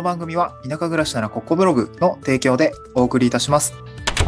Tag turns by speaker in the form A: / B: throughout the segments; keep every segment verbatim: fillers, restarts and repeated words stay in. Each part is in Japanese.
A: 番組は田舎暮らしならここブログの提供でお送りいたします。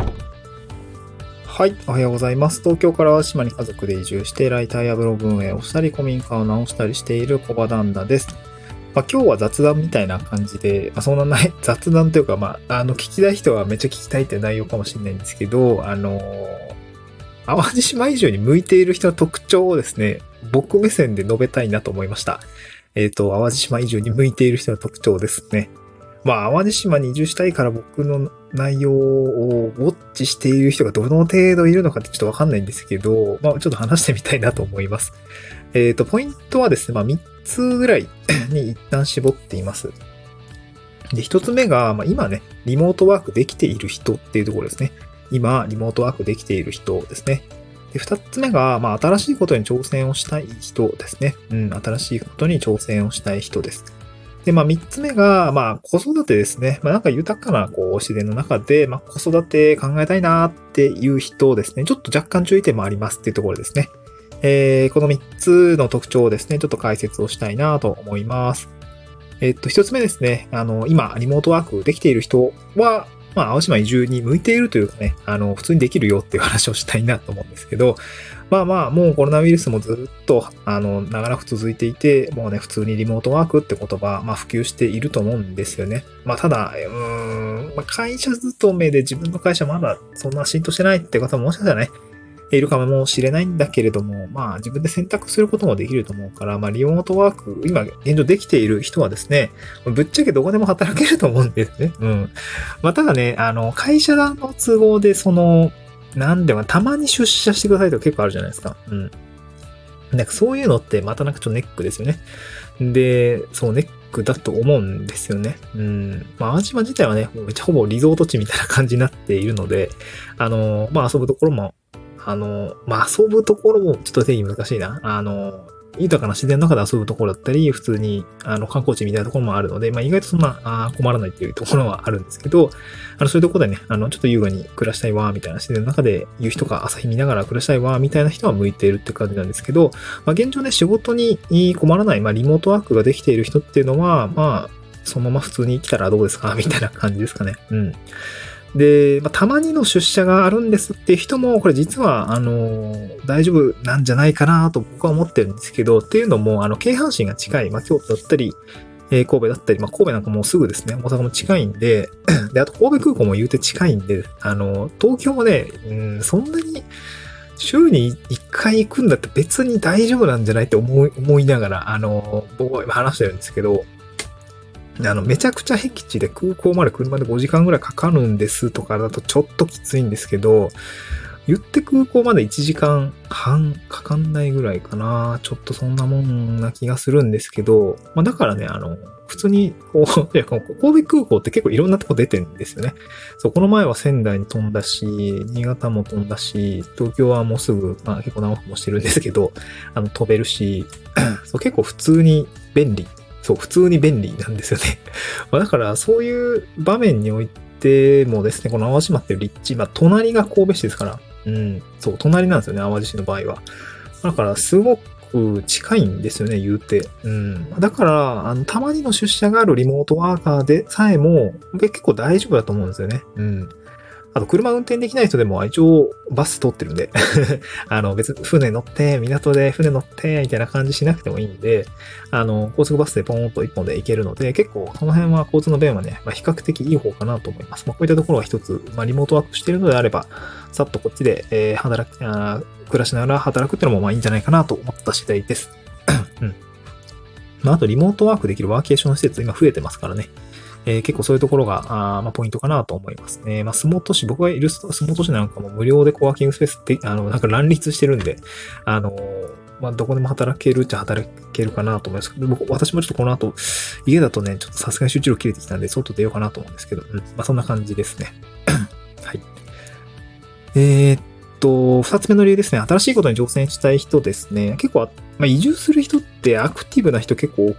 A: はい、おはようございます。東京から淡路島に家族で移住してライターやブログ運営をしたり古民家を直したりしている小場旦那です。まあ、今日は雑談みたいな感じで、まあ、そんなない雑談というか、まあ、あの聞きたい人はめっちゃ聞きたいって内容かもしれないんですけど、あの淡路島移住に向いている人の特徴をですね、僕目線で述べたいなと思いました。えっと、淡路島移住に向いている人の特徴ですね。まあ、淡路島に移住したいから僕の内容をウォッチしている人がどの程度いるのかってちょっとわかんないんですけど、まあ、ちょっと話してみたいなと思います。えっと、ポイントはですね、まあ、みっつぐらいに一旦絞っています。で、ひとつめが、まあ、今ね、リモートワークできている人っていうところですね。今、リモートワークできている人ですね。で、二つ目が、まあ、新しいことに挑戦をしたい人ですね。うん、新しいことに挑戦をしたい人です。で、まあ、三つ目が、まあ、子育てですね。まあ、なんか豊かな、こう、自然の中で、まあ、子育て考えたいなっていう人ですね。ちょっと若干注意点もありますっていうところですね。えー、この三つの特徴をですね、ちょっと解説をしたいなと思います。えっと、一つ目ですね。あの、今、リモートワークできている人は、まあ、淡路島移住に向いているというかね、あの、普通にできるよっていう話をしたいなと思うんですけど、まあまあ、もうコロナウイルスもずっと、あの、長らく続いていて、もうね、普通にリモートワークって言葉、まあ、普及していると思うんですよね。まあ、ただ、うーん、まあ、会社勤めで自分の会社まだそんな浸透してないって方ももしかしたらね、いるかもしれないんだけれども、まあ自分で選択することもできると思うから、まあリモートワーク、今現状できている人はですね、ぶっちゃけどこでも働けると思うんですね。うん。まあただね、あの、会社の都合でその、なんでもたまに出社してくださいとか結構あるじゃないですか。うん。なんかそういうのってまたなんかちょっとネックですよね。で、そうネックだと思うんですよね。うん。まあ淡路島自体はね、めっちゃほぼリゾート地みたいな感じになっているので、あの、まあ遊ぶところもあの、まあ、遊ぶところもちょっと定義難しいな。あの、豊かな自然の中で遊ぶところだったり、普通にあの観光地みたいなところもあるので、まあ意外とそんなあ困らないっていうところはあるんですけど、あのそういうところでね、あのちょっと優雅に暮らしたいわ、みたいな自然の中で夕日とか朝日見ながら暮らしたいわ、みたいな人は向いているって感じなんですけど、まあ現状ね、仕事に困らない、まあリモートワークができている人っていうのは、まあ、そのまま普通に来たらどうですかみたいな感じですかね。うん。で、まあ、たまにの出社があるんですっていう人も、これ実は、あの、大丈夫なんじゃないかなと僕は思ってるんですけど、っていうのも、あの、京阪神が近い、まあ、京都だったり、えー、神戸だったり、まあ、神戸なんかもうすぐですね、大阪も近いんで、で、あと神戸空港も言うて近いんで、あの、東京もね、うん、そんなに、週にいっかい行くんだって別に大丈夫なんじゃないって思い、思いながら、あの、僕は今話してるんですけど、あの、めちゃくちゃ僻地で空港まで車でごじかんぐらいかかるんですとかだとちょっときついんですけど、言って空港までいちじかんはんかかんないぐらいかな。ちょっとそんなもんな気がするんですけど、まあだからね、あの、普通に、こう、いや神戸空港って結構いろんなとこ出てるんですよね。そう、この前は仙台に飛んだし、新潟も飛んだし、東京はもうすぐ、まあ結構何往復もしてるんですけど、あの、飛べるし、そう、結構普通に便利。そう、普通に便利なんですよね。まあだから、そういう場面においてもですね、この淡路島っていう立地、まあ、隣が神戸市ですから、うん、そう、隣なんですよね、淡路市の場合は。だから、すごく近いんですよね、言うて。うん。だから、あの、たまにの出社があるリモートワーカーでさえも、結構大丈夫だと思うんですよね。うん。あと、車運転できない人でも一応バス通ってるんで、あの、別に船乗って、港で船乗って、みたいな感じしなくてもいいんで、あの、高速バスでポーンと一本で行けるので、結構、その辺は交通の便はね、まあ、比較的いい方かなと思います。まあ、こういったところは一つ、まあ、リモートワークしているのであれば、さっとこっちで、えー、働く、あ暮らしながら働くっていうのもまあいいんじゃないかなと思った次第です。うん。まあ、あと、リモートワークできるワーケーション施設、今増えてますからね。えー、結構そういうところが、あまあ、ポイントかなと思いますね。まあ、洲本市、僕がいる洲本市なんかも無料でコワーキングスペースって、あの、なんか乱立してるんで、あの、まあ、どこでも働けるっちゃ働けるかなと思いますけど、僕、私もちょっとこの後、家だとね、ちょっとさすがに集中力切れてきたんで、外出ようかなと思うんですけど、うん、まあ、そんな感じですね。はい。えー、っと、二つ目の理由ですね。新しいことに挑戦したい人ですね。結構、まあ、移住する人ってアクティブな人結構多く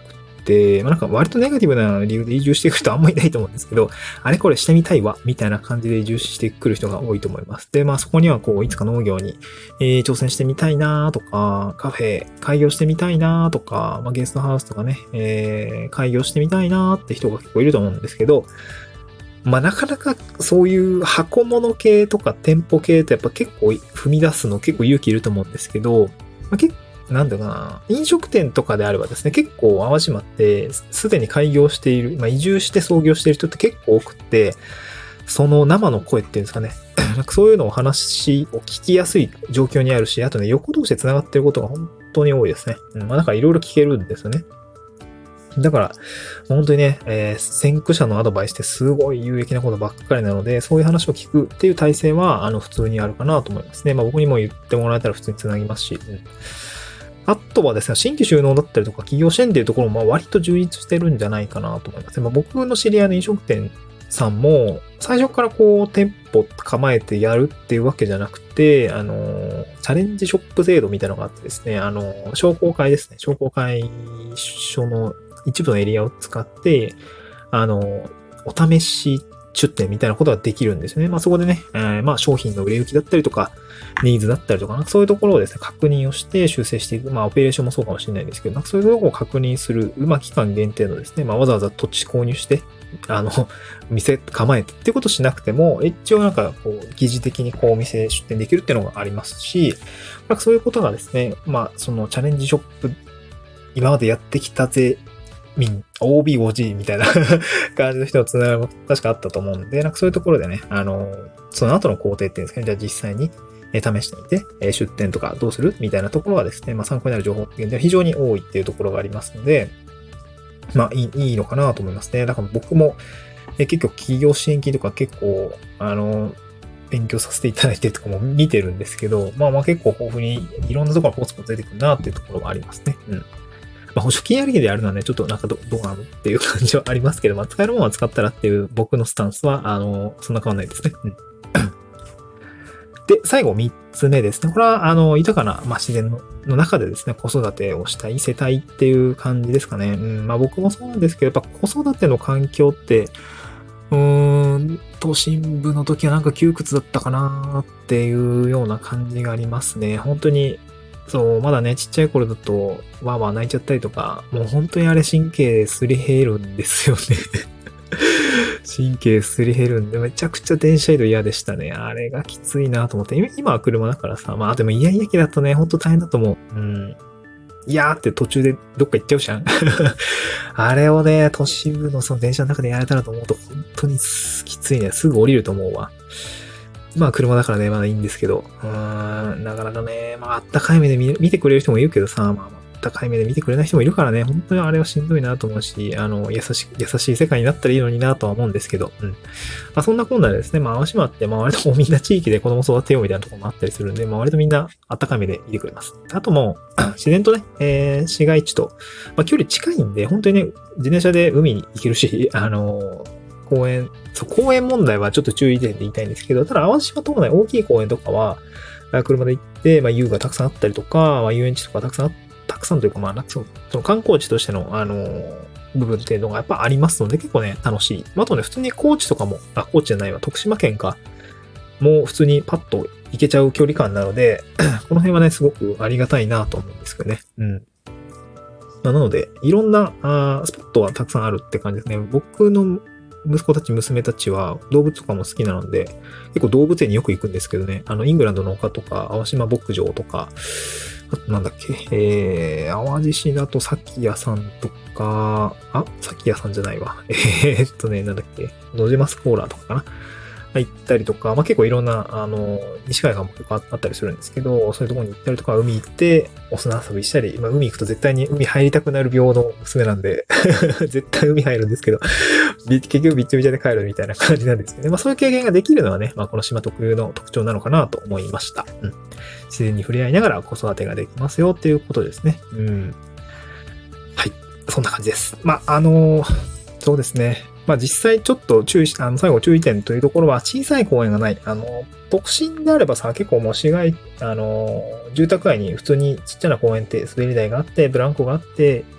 A: て、まあ、なんか割とネガティブな理由で移住してくる人あんまりいないと思うんですけど、あれこれしてみたいわ、みたいな感じで移住してくる人が多いと思います。で、まあそこにはこう、いつか農業に、えー、挑戦してみたいなとか、カフェ開業してみたいなとか、まあ、ゲストハウスとかね、えー、開業してみたいなって人が結構いると思うんですけど、まあなかなかそういう箱物系とか店舗系ってやっぱ結構踏み出すの結構勇気いると思うんですけど、まあ、結構なんだかな、飲食店とかであればですね、結構淡島ってすでに開業している、まあ移住して創業している人って結構多くって、その生の声っていうんですかね、なんかそういうのを話を聞きやすい状況にあるし、あとね、横同士で繋がっていることが本当に多いですね。うん、まあだからいろいろ聞けるんですよね。だから、本当にね、えー、先駆者のアドバイスってすごい有益なことばっかりなので、そういう話を聞くっていう体制は、あの、普通にあるかなと思いますね。まあ僕にも言ってもらえたら普通につなぎますし。うん、あとはですね、新規収納だったりとか企業支援っていうところも割と充実してるんじゃないかなと思いますね。まあ僕の知り合いの飲食店さんも、最初からこう、店舗構えてやるっていうわけじゃなくて、あの、チャレンジショップ制度みたいなのがあってですね、あの、商工会ですね。商工会所の一部のエリアを使って、あの、お試し出店みたいなことができるんですよね。まあそこでね、えー、まあ商品の売れ行きだったりとか、ニーズだったりとか、なんかそういうところをですね、確認をして修正していく。まあオペレーションもそうかもしれないですけど、なんかそういうところを確認する、まあ期間限定のですね、まあわざわざ土地購入して、あの、店構えてっていうことしなくても、一応なんかこう、疑似的にこうお店出店できるっていうのがありますし、なんかそういうことがですね、まあそのチャレンジショップ、今までやってきたぜ、民、オービー、オージー みたいな感じの人のつながりも確かあったと思うんで、なんかそういうところでね、あの、その後の工程っていうんですかね、じゃあ実際に試してみて、出店とかどうするみたいなところはですね、まあ参考になる情報っていうのは非常に多いっていうところがありますので、まあいい、いいのかなと思いますね。だから僕も結構企業支援金とか結構、あの、勉強させていただいてとかも見てるんですけど、まあまあ結構豊富にいろんなところがポツポツ出てくるなっていうところがありますね。うん。まあ、保証金ありきでやるのはね、ちょっとなんかど、どうなのっていう感じはありますけど、まあ、使えるものは使ったらっていう僕のスタンスは、あの、そんな変わんないですね。うん。で、最後みっつめですね。これは、あの、豊かな、まあ、自然のの中でですね、子育てをしたい世帯っていう感じですかね。うん。まあ、僕もそうなんですけど、やっぱ子育ての環境って、うーん、都心部の時はなんか窮屈だったかなっていうような感じがありますね。本当に、そう、まだね、ちっちゃい頃だと、わーわー泣いちゃったりとか、もう本当にあれ神経すり減るんですよね。神経すり減るんで、めちゃくちゃ電車移動嫌でしたね。あれがきついなと思って。今は車だからさ、まあでもイヤイヤ期だとね、ほんと大変だと思う。うん。いやーって途中でどっか行っちゃうじゃん。あれをね、都市部のその電車の中でやれたらと思うと、本当にきついね。すぐ降りると思うわ。まあ車だからね、まだいいんですけど。うーん、なかなかね、まああったかい目で 見, 見てくれる人もいるけどさ、まああったかい目で見てくれない人もいるからね、本当にあれはしんどいなと思うし、あの、優しい、優しい世界になったらいいのになとは思うんですけど、うん。まあそんなこんなでですね、まあ淡島って、まあ割ともうみんな地域で子供育てようみたいなところもあったりするんで、まあ割とみんなあったかい目で見てくれます。あともう、自然とね、えー、市街地と、まあ距離近いんで、本当にね、自転車で海に行けるし、あのー、公園、そう、公園問題はちょっと注意点で言いたいんですけど、ただ淡島島内大きい公園とかは、車で行って、まあ遊がたくさんあったりとか、まあ遊園地とかたくさん、たくさんというか、まあ、その観光地としての、あのー、部分っていうのがやっぱありますので、結構ね、楽しい。あとね、普通に高知とかも、あ、高知じゃないわ、徳島県か、もう普通にパッと行けちゃう距離感なので、この辺はね、すごくありがたいなと思うんですけどね。うん。まあ、なので、いろんなあスポットはたくさんあるって感じですね。僕の息子たち、娘たちは動物とかも好きなので、結構動物園によく行くんですけどね、あの、イングランドの丘とか、淡島牧場とか、あとなんだっけ、えー、淡路市だとさきやさんとか、あ、さきやさんじゃないわ。えー、っとね、なんだっけ、野島スコーラーとかかな。行ったりとか、まあ結構いろんな、あの、西海岸も結構あったりするんですけど、そういうところに行ったりとか、海行って、お砂遊びしたり、まあ海行くと絶対に海入りたくなる病の娘なんで、絶対海入るんですけど、結局びっちゃびちゃで帰るみたいな感じなんですけどね。まあそういう経験ができるのはね、まあこの島特有の特徴なのかなと思いました。うん。自然に触れ合いながら子育てができますよっていうことですね。うん。はい。そんな感じです。まああの、そうですね。まあ実際ちょっと注意し、あの、最後注意点というところは小さい公園がない。あの、都心であればさ、結構もう市街、あの、住宅街に普通にちっちゃな公園って滑り台があって、ブランコがあって、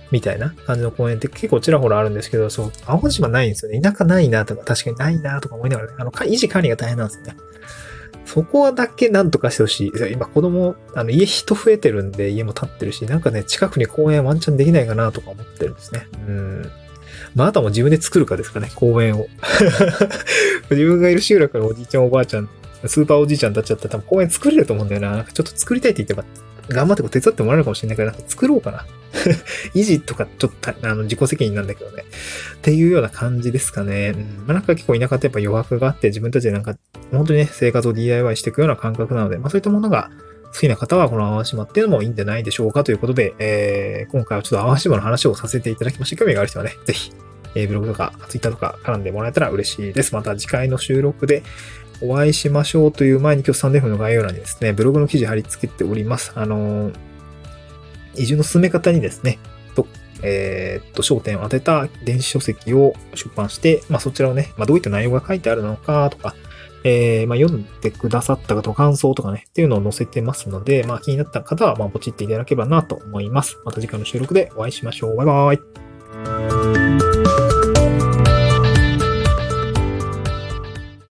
A: みたいな感じの公園って結構ちらほらあるんですけど、そう、青ヶ島ないんですよね。田舎ないなとか、確かにないなとか思いながらね、あの、維持管理が大変なんですよね。そこだけなんとかしてほしい。今子供、あの、家人増えてるんで、家も建ってるし、なんかね、近くに公園ワンチャンできないかなとか思ってるんですね。うん。まあ、あとはもう自分で作るかですかね、公園を。自分がいる集落のおじいちゃんおばあちゃん、スーパーおじいちゃんたちだったら多分公園作れると思うんだよな。なんかちょっと作りたいって言ってば、頑張ってこう手伝ってもらえるかもしれないから、なんか作ろうかな。維持とかちょっとあの自己責任なんだけどね。っていうような感じですかね。うん、まあ、なんか結構田舎ってやっぱ余白があって、自分たちでなんか本当にね、生活を ディーアイワイ していくような感覚なので、まあそういったものが好きな方はこの淡島っていうのもいいんじゃないでしょうかということで、えー、今回はちょっと淡島の話をさせていただきました。興味がある人はね、ぜひ、えー、ブログとか Twitter とか絡んでもらえたら嬉しいです。また次回の収録でお会いしましょうという前に今日スタンド エフ の概要欄にですね、ブログの記事貼り付けております。あのー、移住の進め方にですね、と、えー、っと、焦点を当てた電子書籍を出版して、まあそちらをね、まあどういった内容が書いてあるのかとか、えー、まあ読んでくださった方の感想とかね、っていうのを載せてますので、まあ気になった方は、まあポチっていただければなと思います。また次回の収録でお会いしましょう。バイバーイ。